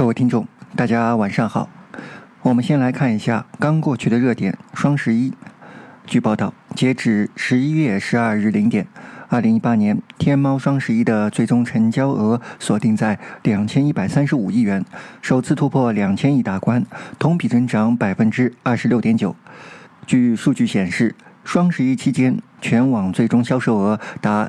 各位听众，大家晚上好。我们先来看一下刚过去的热点双十一。据报道，截止11月12日0点，2018年天猫双十一的最终成交额锁定在2135亿元，首次突破2000亿大关，同比增长26.9%。据数据显示，双十一期间全网最终销售额达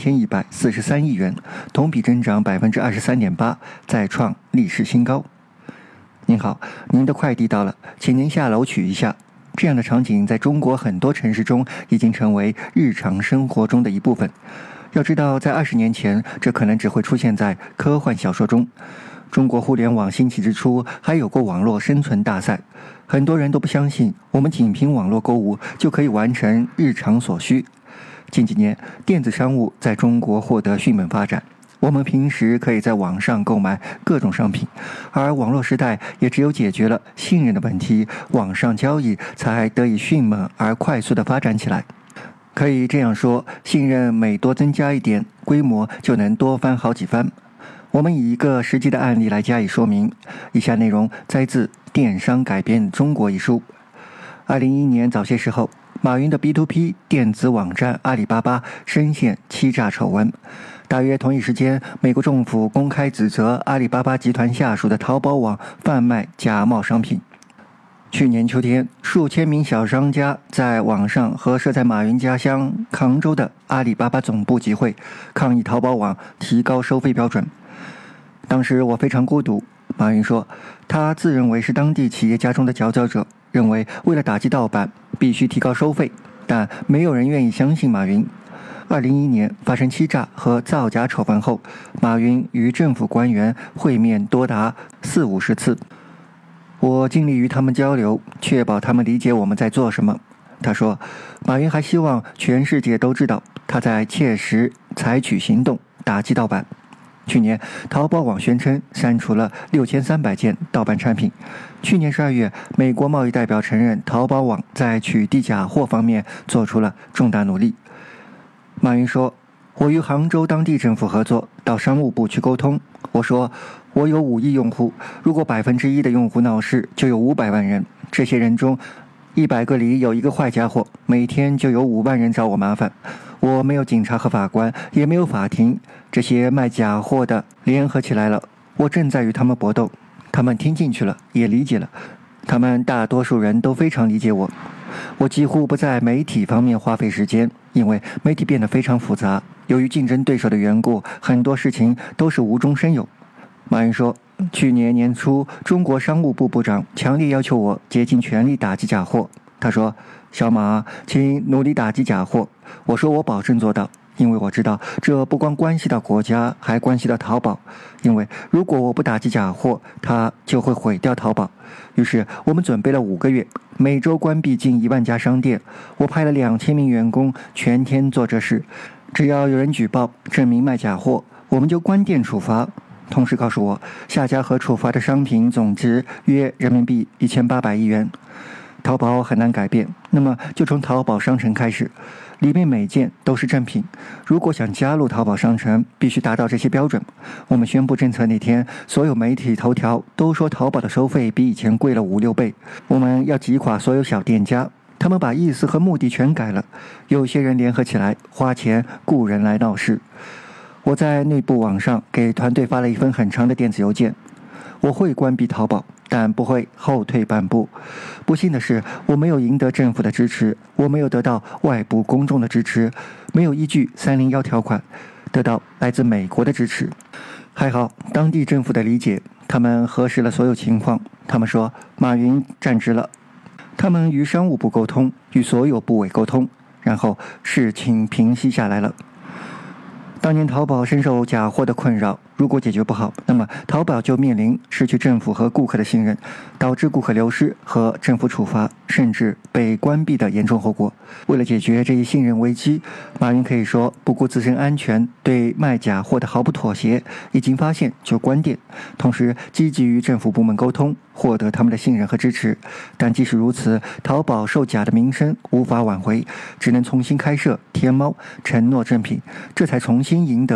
3143亿元，同比增长23.8%，再创历史新高。您好，您的快递到了，请您下楼取一下。这样的场景在中国很多城市中已经成为日常生活中的一部分。要知道，在20年前，这可能只会出现在科幻小说中。中国互联网兴起之初，还有过网络生存大赛。很多人都不相信，我们仅凭网络购物就可以完成日常所需。近几年，电子商务在中国获得迅猛发展。我们平时可以在网上购买各种商品，而网络时代也只有解决了信任的问题，网上交易才得以迅猛而快速地发展起来。可以这样说，信任每多增加一点，规模就能多翻好几番。我们以一个实际的案例来加以说明。以下内容摘自《电商改变中国》一书。2011年早些时候，马云的 B2P 电子网站阿里巴巴深陷欺诈丑闻。大约同一时间，美国政府公开指责阿里巴巴集团下属的淘宝网贩卖假冒商品。去年秋天，数千名小商家在网上和设在马云家乡杭州的阿里巴巴总部集会，抗议淘宝网提高收费标准。当时我非常孤独，马云说，他自认为是当地企业家中的佼佼者，认为为了打击盗版必须提高收费，但没有人愿意相信马云。2011年发生欺诈和造假丑闻后，马云与政府官员会面多达40-50次。我尽力与他们交流，确保他们理解我们在做什么。他说，马云还希望全世界都知道他在切实采取行动打击盗版。去年，淘宝网宣称删除了6300件盗版产品。去年12月，美国贸易代表承认淘宝网在取缔假货方面做出了重大努力。马云说，我与杭州当地政府合作，到商务部去沟通。我说，我有5亿用户，如果1%的用户闹事，就有500万人。这些人中，100个里有一个坏家伙，每天就有5万人找我麻烦。我没有警察和法官，也没有法庭，这些卖假货的联合起来了，我正在与他们搏斗。他们听进去了，也理解了，他们大多数人都非常理解我。我几乎不在媒体方面花费时间，因为媒体变得非常复杂，由于竞争对手的缘故，很多事情都是无中生有。马云说，去年年初，中国商务部部长强烈要求我竭尽全力打击假货。他说，小马，请努力打击假货。我说，我保证做到，因为我知道这不光关系到国家，还关系到淘宝。因为如果我不打击假货，它就会毁掉淘宝。于是我们准备了5个月，每周关闭近1万家商店。我派了2000名员工全天做这事，只要有人举报证明卖假货，我们就关店处罚。同时告诉我，下架和处罚的商品总值约人民币1800亿元。淘宝很难改变，那么就从淘宝商城开始，里面每件都是正品。如果想加入淘宝商城，必须达到这些标准。我们宣布政策那天，所有媒体头条都说淘宝的收费比以前贵了5-6倍。我们要击垮所有小店家，他们把意思和目的全改了。有些人联合起来，花钱雇人来闹事。我在内部网上给团队发了一份很长的电子邮件，我会关闭淘宝，但不会后退半步。不幸的是，我没有赢得政府的支持，我没有得到外部公众的支持，没有依据301条款得到来自美国的支持。还好当地政府的理解，他们核实了所有情况，他们说马云站直了。他们与商务部沟通，与所有部委沟通，然后事情平息下来了。当年淘宝深受假货的困扰，如果解决不好，那么淘宝就面临失去政府和顾客的信任，导致顾客流失和政府处罚，甚至被关闭的严重后果。为了解决这一信任危机，马云可以说不顾自身安全，对卖假货的毫不妥协，一经发现就关店，同时积极与政府部门沟通，获得他们的信任和支持。但即使如此，淘宝售假的名声无法挽回，只能重新开设天猫，承诺正品，这才重新赢得了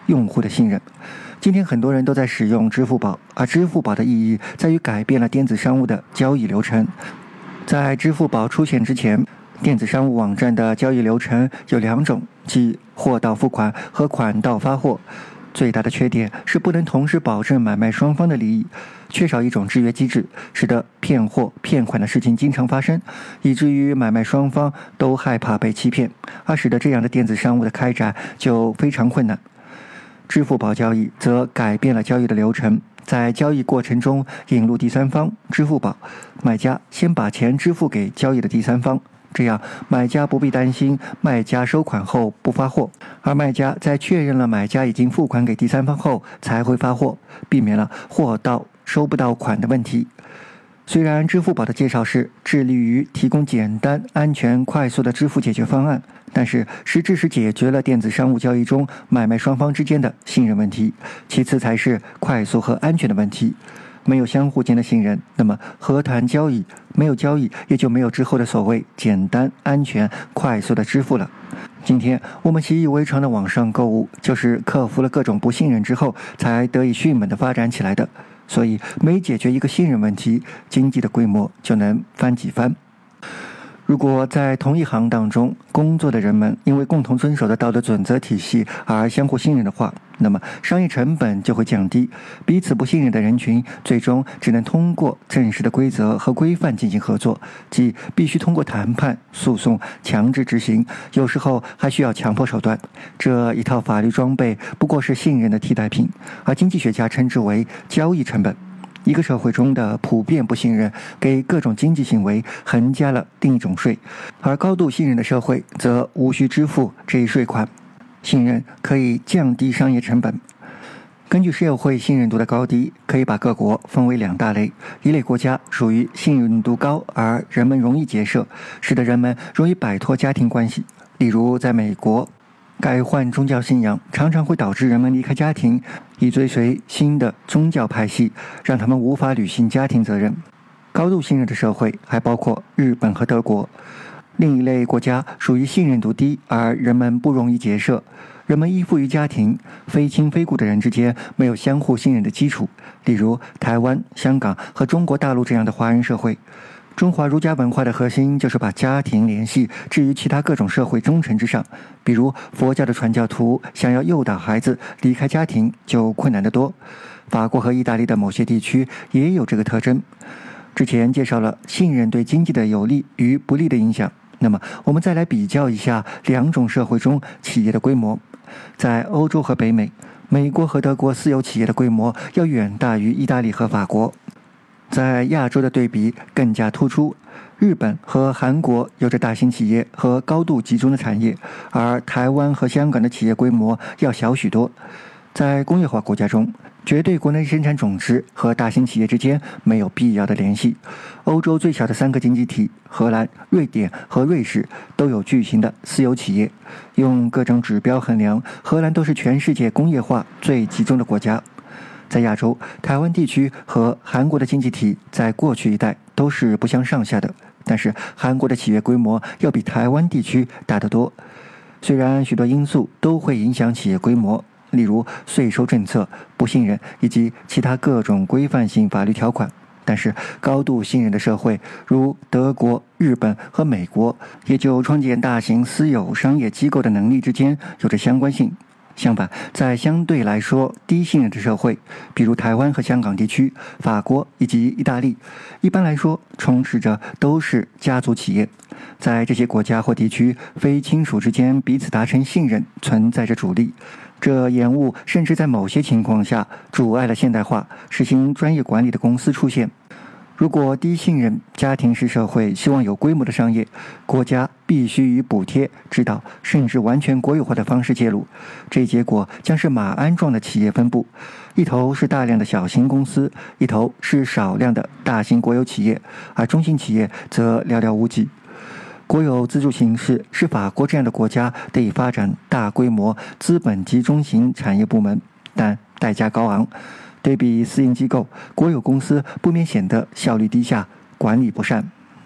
用户的信任。今天很多人都在使用支付宝，而支付宝的意义在于改变了电子商务的交易流程。在支付宝出现之前，电子商务网站的交易流程有2种，即货到付款和款到发货。最大的缺点是不能同时保证买卖双方的利益，缺少一种制约机制，使得骗货骗款的事情经常发生，以至于买卖双方都害怕被欺骗，而使得这样的电子商务的开展就非常困难。支付宝交易则改变了交易的流程，在交易过程中引入第三方支付宝，买家先把钱支付给交易的第三方，这样买家不必担心卖家收款后不发货，而卖家在确认了买家已经付款给第三方后才会发货，避免了货到收不到款的问题。虽然支付宝的介绍是致力于提供简单、安全、快速的支付解决方案，但是实质是解决了电子商务交易中买卖双方之间的信任问题，其次才是快速和安全的问题。没有相互间的信任，那么何谈交易？没有交易，也就没有之后的所谓简单、安全、快速的支付了。今天我们习以为常的网上购物，就是克服了各种不信任之后才得以迅猛的发展起来的。所以每解决一个信任问题，经济的规模就能翻几番。如果在同一行当中工作的人们因为共同遵守的道德准则体系而相互信任的话，那么商业成本就会降低，彼此不信任的人群最终只能通过正式的规则和规范进行合作，即必须通过谈判、诉讼、强制执行，有时候还需要强迫手段。这一套法律装备不过是信任的替代品，而经济学家称之为交易成本。一个社会中的普遍不信任，给各种经济行为横加了另一种税，而高度信任的社会则无需支付这一税款。信任可以降低商业成本。根据社会信任度的高低，可以把各国分为2大类。一类国家属于信任度高而人们容易结社，使得人们容易摆脱家庭关系。例如在美国，改换宗教信仰常常会导致人们离开家庭，以追随新的宗教派系，让他们无法履行家庭责任。高度信任的社会还包括日本和德国。另一类国家属于信任度低而人们不容易结社，人们依附于家庭，非亲非故的人之间没有相互信任的基础，例如台湾、香港和中国大陆这样的华人社会。中华儒家文化的核心就是把家庭联系置于其他各种社会忠诚之上，比如佛教的传教徒想要诱导孩子离开家庭就困难得多。法国和意大利的某些地区也有这个特征。之前介绍了信任对经济的有利与不利的影响，那么我们再来比较一下2种社会中企业的规模。在欧洲和北美，美国和德国私有企业的规模要远大于意大利和法国。在亚洲的对比更加突出，日本和韩国有着大型企业和高度集中的产业，而台湾和香港的企业规模要小许多。在工业化国家中，绝对国内生产总值和大型企业之间没有必要的联系。欧洲最小的3个经济体荷兰、瑞典和瑞士都有巨型的私有企业，用各种指标衡量，荷兰都是全世界工业化最集中的国家。在亚洲，台湾地区和韩国的经济体在过去一代都是不相上下的，但是韩国的企业规模要比台湾地区大得多。虽然许多因素都会影响企业规模，例如税收政策、不信任以及其他各种规范性法律条款，但是高度信任的社会，如德国、日本和美国，也就创建大型私有商业机构的能力之间有着相关性。相反，在相对来说低信任的社会，比如台湾和香港地区、法国以及意大利，一般来说充斥着都是家族企业。在这些国家或地区，非亲属之间彼此达成信任存在着阻力，这延误甚至在某些情况下阻碍了现代化、实行专业管理的公司出现。如果低信任家庭式社会希望有规模的商业，国家必须以补贴、指导甚至完全国有化的方式介入，这结果将是马鞍状的企业分布，一头是大量的小型公司，一头是少量的大型国有企业，而中型企业则寥寥无几。国有自助形式是法国这样的国家得以发展大规模资本集中型产业部门，但代价高昂。对比私营机构，国有公司不免显得效率低下、管理不善。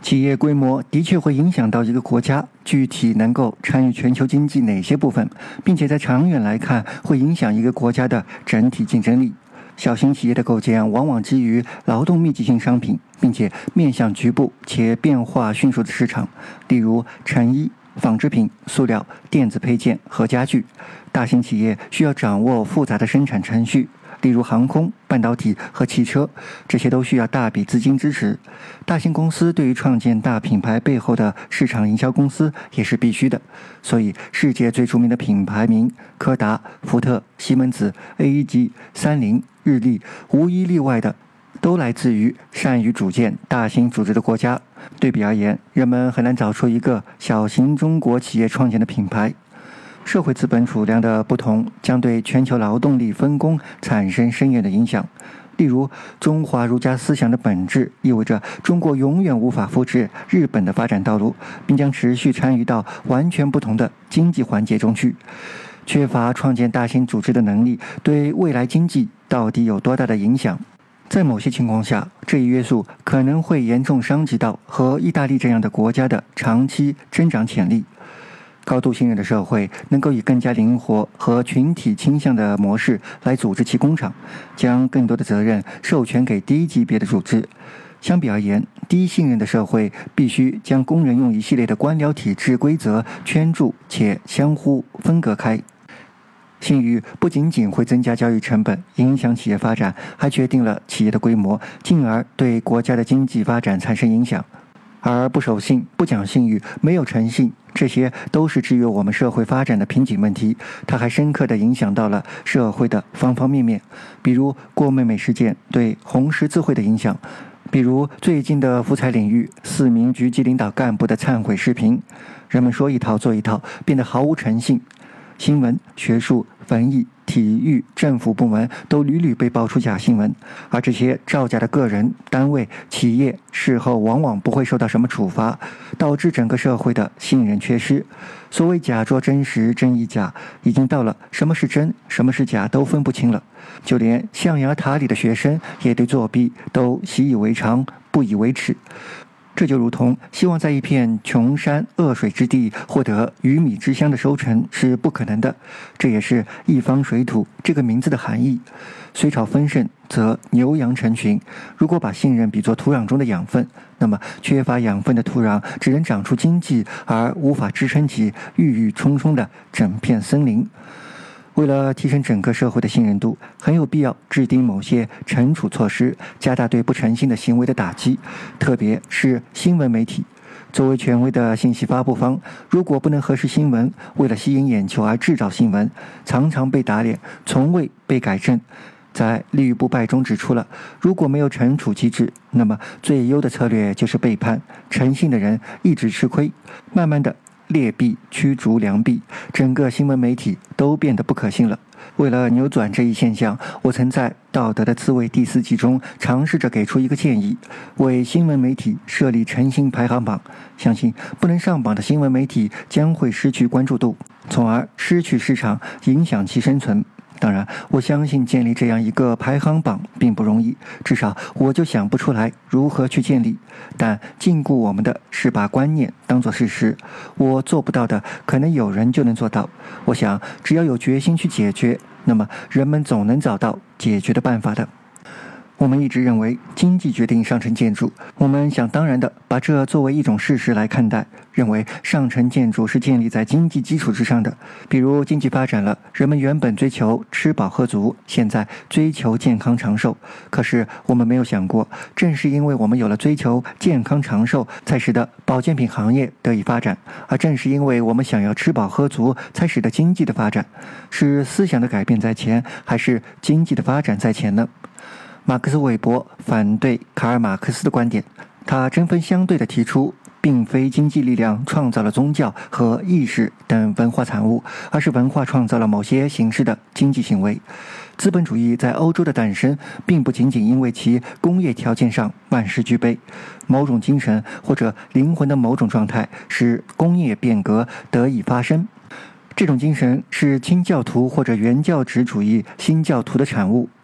企业规模的确会影响到一个国家具体能够参与全球经济哪些部分，并且在长远来看会影响一个国家的整体竞争力。小型企业的构建往往基于劳动密集型商品，并且面向局部且变化迅速的市场，例如成衣、纺织品、塑料、电子配件和家具。大型企业需要掌握复杂的生产程序，例如航空、半导体和汽车，这些都需要大笔资金支持。大型公司对于创建大品牌背后的市场营销公司也是必须的。所以世界最著名的品牌名柯达、福特、西门子、AEG、三菱、日立，无一例外的都来自于善于组建大型组织的国家。对比而言，人们很难找出一个小型中国企业创建的品牌。社会资本储量的不同将对全球劳动力分工产生深远的影响。例如，中华儒家思想的本质意味着中国永远无法复制日本的发展道路，并将持续参与到完全不同的经济环节中去。缺乏创建大型组织的能力，对未来经济到底有多大的影响？在某些情况下，这一约束可能会严重伤及到和意大利这样的国家的长期增长潜力。高度信任的社会能够以更加灵活和群体倾向的模式来组织其工厂，将更多的责任授权给低级别的组织。相比而言，低信任的社会必须将工人用一系列的官僚体制规则圈住且相互分隔开。信誉不仅仅会增加交易成本，影响企业发展，还决定了企业的规模，进而对国家的经济发展产生影响。而不守信、不讲信誉、没有诚信，这些都是制约我们社会发展的瓶颈问题。它还深刻地影响到了社会的方方面面，比如郭美美事件对红十字会的影响，比如最近的福彩领域4名局级领导干部的忏悔视频。人们说一套做一套，变得毫无诚信。新闻、学术、文艺、体育、政府部门都屡屡被爆出假新闻，而这些造假的个人、单位、企业事后往往不会受到什么处罚，导致整个社会的信任缺失。所谓假作真实，真亦假，已经到了什么是真、什么是假都分不清了。就连象牙塔里的学生也对作弊都习以为常，不以为耻。这就如同希望在一片穷山恶水之地获得鱼米之乡的收成是不可能的，这也是一方水土这个名字的含义。水草丰盛则牛羊成群，如果把信任比作土壤中的养分，那么缺乏养分的土壤只能长出经济，而无法支撑起郁郁葱葱的整片森林。为了提升整个社会的信任度，很有必要制定某些惩处措施，加大对不诚信的行为的打击，特别是新闻媒体。作为权威的信息发布方，如果不能核实新闻，为了吸引眼球而制造新闻，常常被打脸，从未被改正。在立于不败中指出了，如果没有惩处机制，那么最优的策略就是背叛。诚信的人一直吃亏，慢慢的劣币驱逐良币，整个新闻媒体都变得不可信了。为了扭转这一现象，我曾在《道德的刺猬》第4季中尝试着给出一个建议，为新闻媒体设立诚信排行榜。相信不能上榜的新闻媒体将会失去关注度，从而失去市场，影响其生存。当然，我相信建立这样一个排行榜并不容易，至少我就想不出来如何去建立。但禁锢我们的是把观念当作事实，我做不到的，可能有人就能做到。我想，只要有决心去解决，那么人们总能找到解决的办法的。我们一直认为经济决定上层建筑，我们想当然地把这作为一种事实来看待，认为上层建筑是建立在经济基础之上的。比如经济发展了，人们原本追求吃饱喝足，现在追求健康长寿。可是我们没有想过，正是因为我们有了追求健康长寿，才使得保健品行业得以发展，而正是因为我们想要吃饱喝足，才使得经济的发展。是思想的改变在前，还是经济的发展在前呢？马克思韦伯反对卡尔马克思的观点，他针锋相对地提出，并非经济力量创造了宗教和意识等文化产物，而是文化创造了某些形式的经济行为。资本主义在欧洲的诞生，并不仅仅因为其工业条件上万事俱备，某种精神或者灵魂的某种状态使工业变革得以发生。这种精神是清教徒或者原教旨主义新教徒的产物。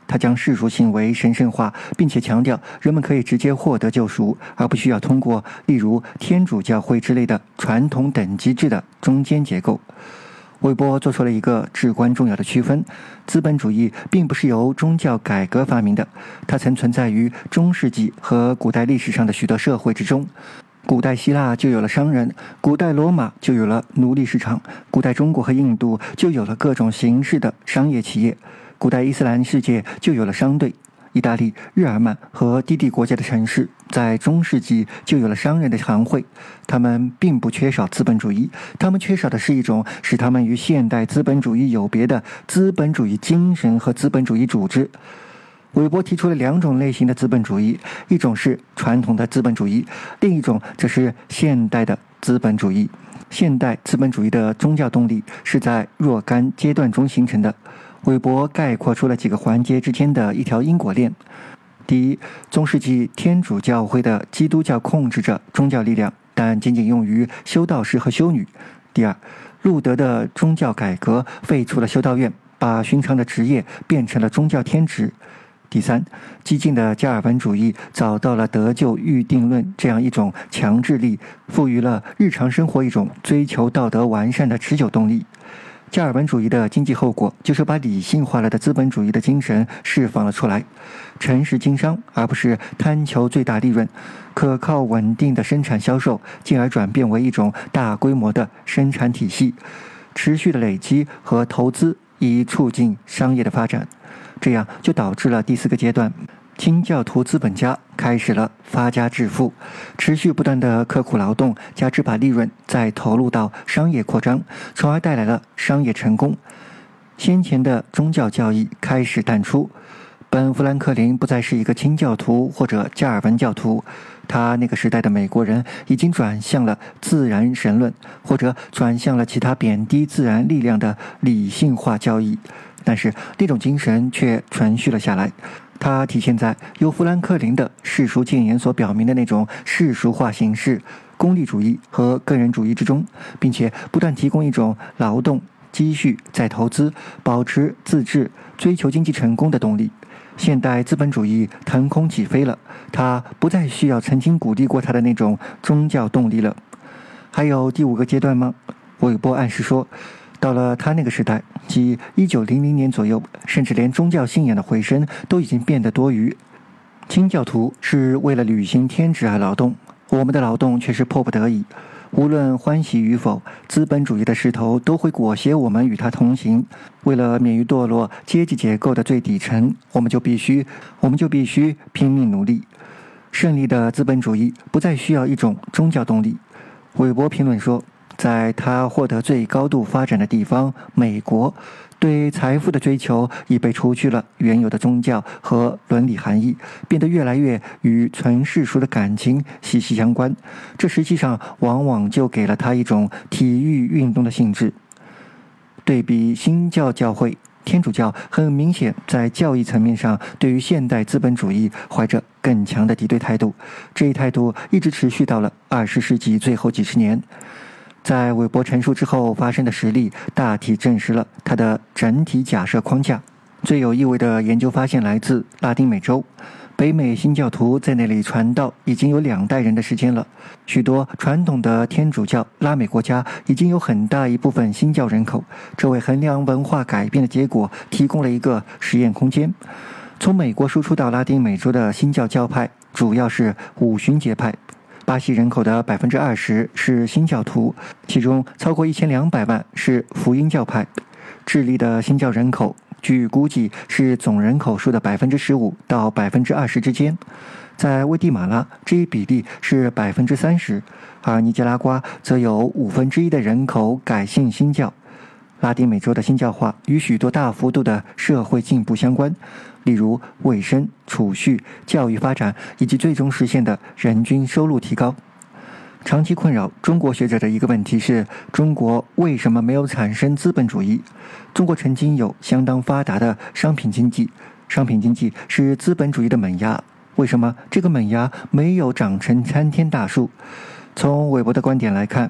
他将世俗行为神圣化，并且强调人们可以直接获得救赎，而不需要通过例如天主教会之类的传统等级制的中间结构。韦伯做出了一个至关重要的区分：资本主义并不是由宗教改革发明的，它曾存在于中世纪和古代历史上的许多社会之中。古代希腊就有了商人，古代罗马就有了奴隶市场，古代中国和印度就有了各种形式的商业企业，古代伊斯兰世界就有了商队。意大利、日耳曼和低地国家的城市在中世纪就有了商人的行会，他们并不缺少资本主义，他们缺少的是一种使他们与现代资本主义有别的资本主义精神和资本主义组织。韦伯提出了两种类型的资本主义，一种是传统的资本主义，另一种则是现代的资本主义。现代资本主义的宗教动力是在若干阶段中形成的。韦伯概括出了几个环节之间的一条因果链。第一，中世纪天主教会的基督教控制着宗教力量，但仅仅用于修道士和修女。第二，路德的宗教改革废除了修道院，把寻常的职业变成了宗教天职。第三，激进的加尔文主义找到了得救预定论这样一种强制力，赋予了日常生活一种追求道德完善的持久动力。加尔文主义的经济后果就是把理性化了的资本主义的精神释放了出来，诚实经商而不是贪求最大利润，可靠稳定的生产销售，进而转变为一种大规模的生产体系，持续的累积和投资以促进商业的发展。这样就导致了第四个阶段，清教徒资本家开始了发家致富，持续不断的刻苦劳动，加之把利润再投入到商业扩张，从而带来了商业成功。先前的宗教教义开始淡出，本·富兰克林不再是一个清教徒或者加尔文教徒，他那个时代的美国人已经转向了自然神论，或者转向了其他贬低自然力量的理性化教义，但是那种精神却存续了下来。它体现在由富兰克林的世俗谏言所表明的那种世俗化形式、功利主义和个人主义之中，并且不断提供一种劳动、积蓄、再投资、保持自治、追求经济成功的动力。现代资本主义腾空起飞了，它不再需要曾经鼓励过它的那种宗教动力了。还有第五个阶段吗？韦伯暗示说，到了他那个时代，即1900年左右，甚至连宗教信仰的回声都已经变得多余。清教徒是为了履行天职而劳动，我们的劳动却是迫不得已。无论欢喜与否，资本主义的势头都会裹挟我们与它同行。为了免于堕落阶级结构的最底层，我们就必须拼命努力。胜利的资本主义不再需要一种宗教动力。韦伯评论说，在他获得最高度发展的地方美国，对财富的追求已被除去了原有的宗教和伦理含义，变得越来越与纯世俗的感情息息相关。这实际上往往就给了他一种体育运动的性质。对比新教教会，天主教很明显在教义层面上对于现代资本主义怀着更强的敌对态度，这一态度一直持续到了20世纪最后几十年。在韦伯陈述之后发生的实例大体证实了他的整体假设框架。最有意味的研究发现来自拉丁美洲，北美新教徒在那里传道已经有2代人的时间了。许多传统的天主教拉美国家已经有很大一部分新教人口，这为衡量文化改变的结果提供了一个实验空间。从美国输出到拉丁美洲的新教教派主要是五旬节派，巴西人口的20%是新教徒，其中超过1200万是福音教派。智利的新教人口据估计是总人口数的15%到20%之间，在危地马拉这一比例是30%，而尼加拉瓜则有1/5的人口改信新教。拉丁美洲的新教化与许多大幅度的社会进步相关，例如卫生、储蓄、教育发展以及最终实现的人均收入提高。长期困扰中国学者的一个问题是，中国为什么没有产生资本主义？中国曾经有相当发达的商品经济，商品经济是资本主义的萌芽，为什么这个萌芽没有长成参天大树？从韦伯的观点来看，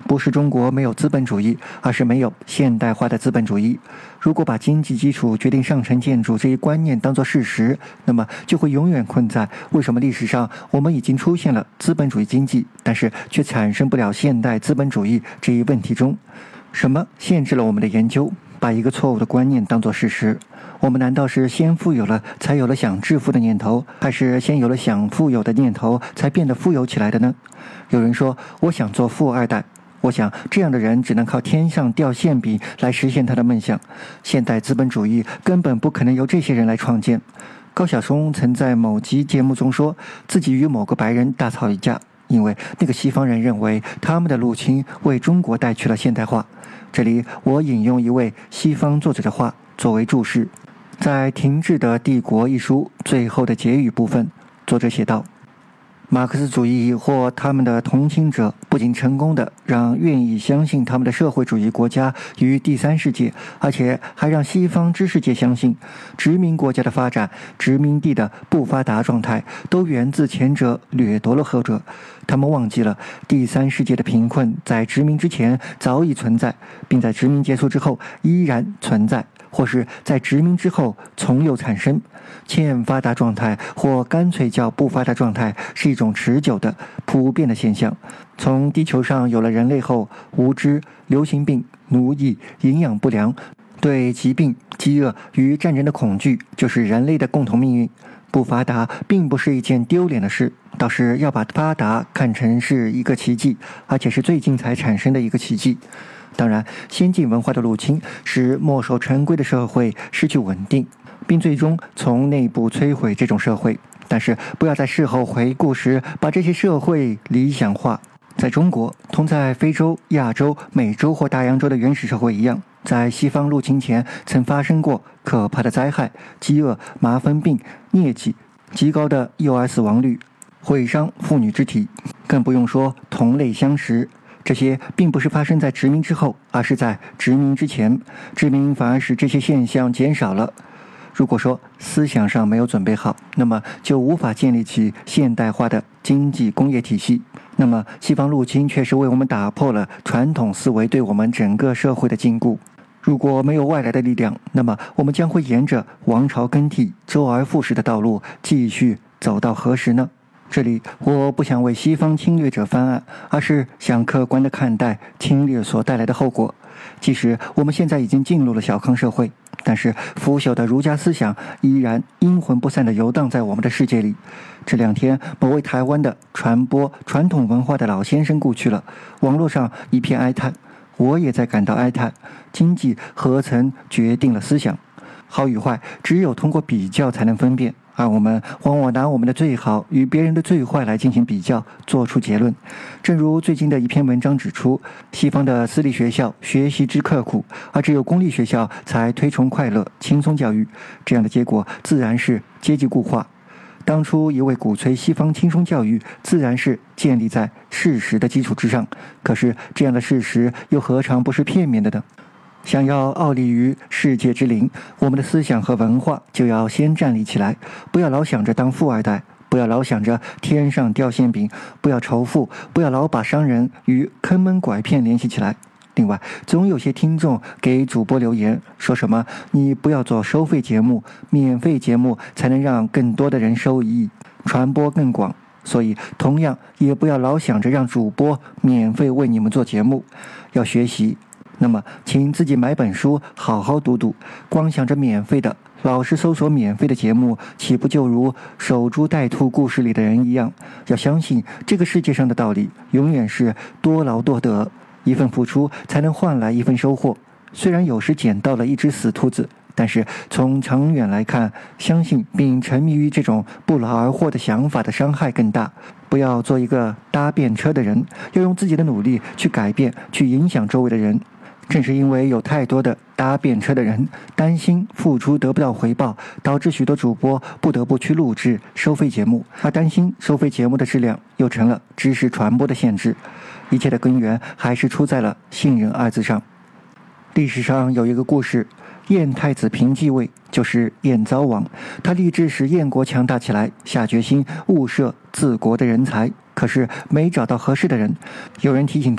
不是中国没有资本主义，而是没有现代化的资本主义。如果把经济基础决定上层建筑这一观念当作事实，那么就会永远困在为什么历史上我们已经出现了资本主义经济，但是却产生不了现代资本主义这一问题中。什么限制了我们的研究？把一个错误的观念当作事实。我们难道是先富有了才有了想致富的念头，还是先有了想富有的念头才变得富有起来的呢？有人说我想做富二代，我想这样的人只能靠天上掉馅饼来实现他的梦想。现代资本主义根本不可能由这些人来创建。高晓松曾在某集节目中说自己与某个白人大吵一架，因为那个西方人认为他们的入侵为中国带去了现代化。这里我引用一位西方作者的话作为注释。在《停滞的帝国》一书最后的结语部分，作者写道：马克思主义或他们的同情者不仅成功地让愿意相信他们的社会主义国家于第三世界，而且还让西方知识界相信殖民国家的发展、殖民地的不发达状态都源自前者掠夺了后者。他们忘记了第三世界的贫困在殖民之前早已存在，并在殖民结束之后依然存在，或是在殖民之后从有产生。欠发达状态或干脆叫不发达状态是一种持久的普遍的现象。从地球上有了人类后，无知、流行病、奴役、营养不良、对疾病、饥饿与战争的恐惧就是人类的共同命运。不发达并不是一件丢脸的事，倒是要把发达看成是一个奇迹，而且是最近才产生的一个奇迹。当然，先进文化的入侵使墨守成规的社会失去稳定，并最终从内部摧毁这种社会。但是不要在事后回顾时把这些社会理想化。在中国，同在非洲、亚洲、美洲或大洋洲的原始社会一样，在西方入侵前曾发生过可怕的灾害、饥饿、麻风病、疟疾、极高的幼儿死亡率、毁伤妇女肢体，更不用说同类相食。这些并不是发生在殖民之后，而是在殖民之前。殖民反而使这些现象减少了。如果说思想上没有准备好，那么就无法建立起现代化的经济工业体系。那么西方入侵确实为我们打破了传统思维对我们整个社会的禁锢。如果没有外来的力量，那么我们将会沿着王朝更替、周而复始的道路继续走到何时呢？这里我不想为西方侵略者翻案，而是想客观地看待侵略所带来的后果。即使我们现在已经进入了小康社会，但是腐朽的儒家思想依然阴魂不散地游荡在我们的世界里。这两天，某位台湾的传播传统文化的老先生故去了，网络上一片哀叹，我也在感到哀叹。经济何曾决定了思想？好与坏，只有通过比较才能分辨。而我们往往拿我们的最好与别人的最坏来进行比较，做出结论。正如最近的一篇文章指出，西方的私立学校学习之刻苦，而只有公立学校才推崇快乐、轻松教育，这样的结果自然是阶级固化。当初一味鼓吹西方轻松教育，自然是建立在事实的基础之上。可是这样的事实又何尝不是片面的呢？想要傲立于世界之林，我们的思想和文化就要先站立起来，不要老想着当富二代，不要老想着天上掉馅饼，不要仇富，不要老把商人与坑蒙拐骗联系起来。另外，总有些听众给主播留言，说什么你不要做收费节目，免费节目才能让更多的人受益，传播更广。所以同样也不要老想着让主播免费为你们做节目，要学习。那么请自己买本书好好读读，光想着免费的，老是搜索免费的节目，岂不就如守株待兔故事里的人一样？要相信这个世界上的道理永远是多劳多得，一份付出才能换来一份收获。虽然有时捡到了一只死兔子，但是从长远来看，相信并沉迷于这种不劳而获的想法的伤害更大。不要做一个搭便车的人，要用自己的努力去改变，去影响周围的人。正是因为有太多的搭便车的人担心付出得不到回报，导致许多主播不得不去录制收费节目，而担心收费节目的质量又成了知识传播的限制。一切的根源还是出在了信任二字上。历史上有一个故事，燕太子平继位，就是燕昭王，他立志使燕国强大起来，下决心物色治国的人才，可是没找到合适的人。有人提醒他，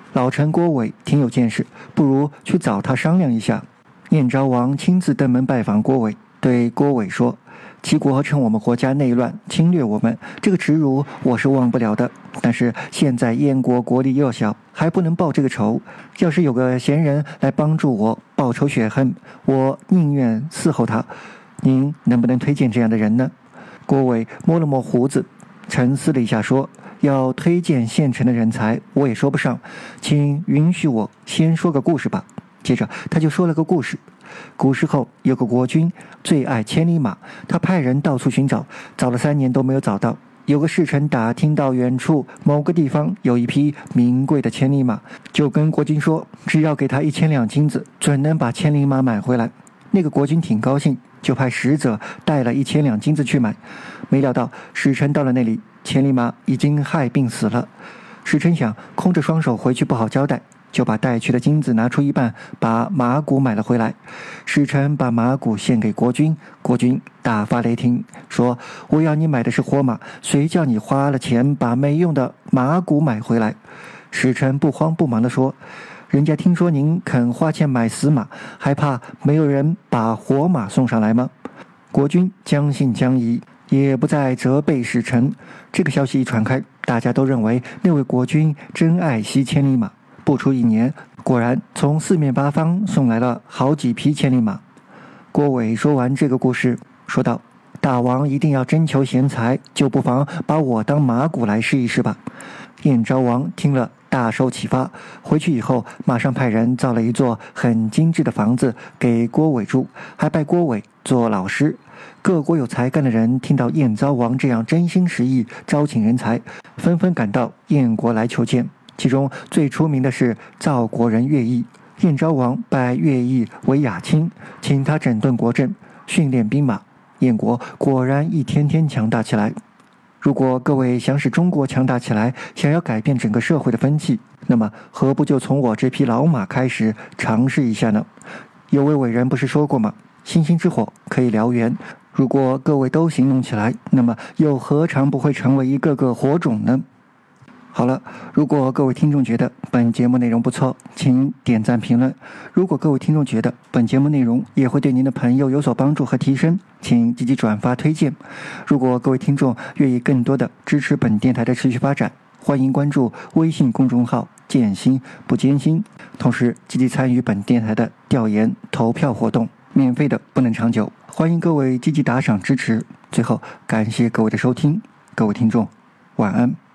老臣郭伟挺有见识，不如去找他商量一下。燕昭王亲自登门拜访郭伟，对郭伟说：齐国趁我们国家内乱侵略我们，这个耻辱我是忘不了的。但是现在燕国国力弱小，还不能报这个仇。要是有个贤人来帮助我报仇雪恨，我宁愿伺候他。您能不能推荐这样的人呢？郭伟摸了摸胡子，沉思了一下说：要推荐现成的人才，我也说不上，请允许我先说个故事吧。接着他就说了个故事。古时候有个国君最爱千里马，他派人到处寻找，找了3年都没有找到。有个侍臣打听到远处某个地方有一匹名贵的千里马，就跟国君说，只要给他1000两金子，准能把千里马买回来。那个国君挺高兴，就派使者带了1000两金子去买。没料到使臣到了那里，千里马已经害病死了。使臣想空着双手回去不好交代，就把带去的金子拿出一半，把马骨买了回来。使臣把马骨献给国君，国君大发雷霆，说：我要你买的是活马，谁叫你花了钱把没用的马骨买回来？使臣不慌不忙地说：人家听说您肯花钱买死马，还怕没有人把活马送上来吗？国君将信将疑，也不再责备使臣。这个消息一传开，大家都认为那位国君真爱惜千里马。不出1年，果然从4面8方送来了好几匹千里马。郭伟说完这个故事，说道：大王一定要征求贤才，就不妨把我当马骨来试一试吧。燕昭王听了大受启发，回去以后马上派人造了一座很精致的房子给郭伟住，还拜郭伟做老师。各国有才干的人听到燕昭王这样真心实意招请人才，纷纷赶到燕国来求见。其中最出名的是赵国人乐毅。燕昭王拜乐毅为亚卿，请他整顿国政，训练兵马。燕国果然一天天强大起来。如果各位想使中国强大起来，想要改变整个社会的风气，那么何不就从我这匹老马开始尝试一下呢？有位伟人不是说过吗？星星之火可以燎原。如果各位都行动起来，那么又何尝不会成为一个个火种呢？好了，如果各位听众觉得本节目内容不错，请点赞评论。如果各位听众觉得本节目内容也会对您的朋友有所帮助和提升，请积极转发推荐。如果各位听众愿意更多的支持本电台的持续发展，欢迎关注微信公众号见心不艰辛，同时积极参与本电台的调研投票活动，免费的不能长久，欢迎各位积极打赏支持。最后感谢各位的收听，各位听众晚安。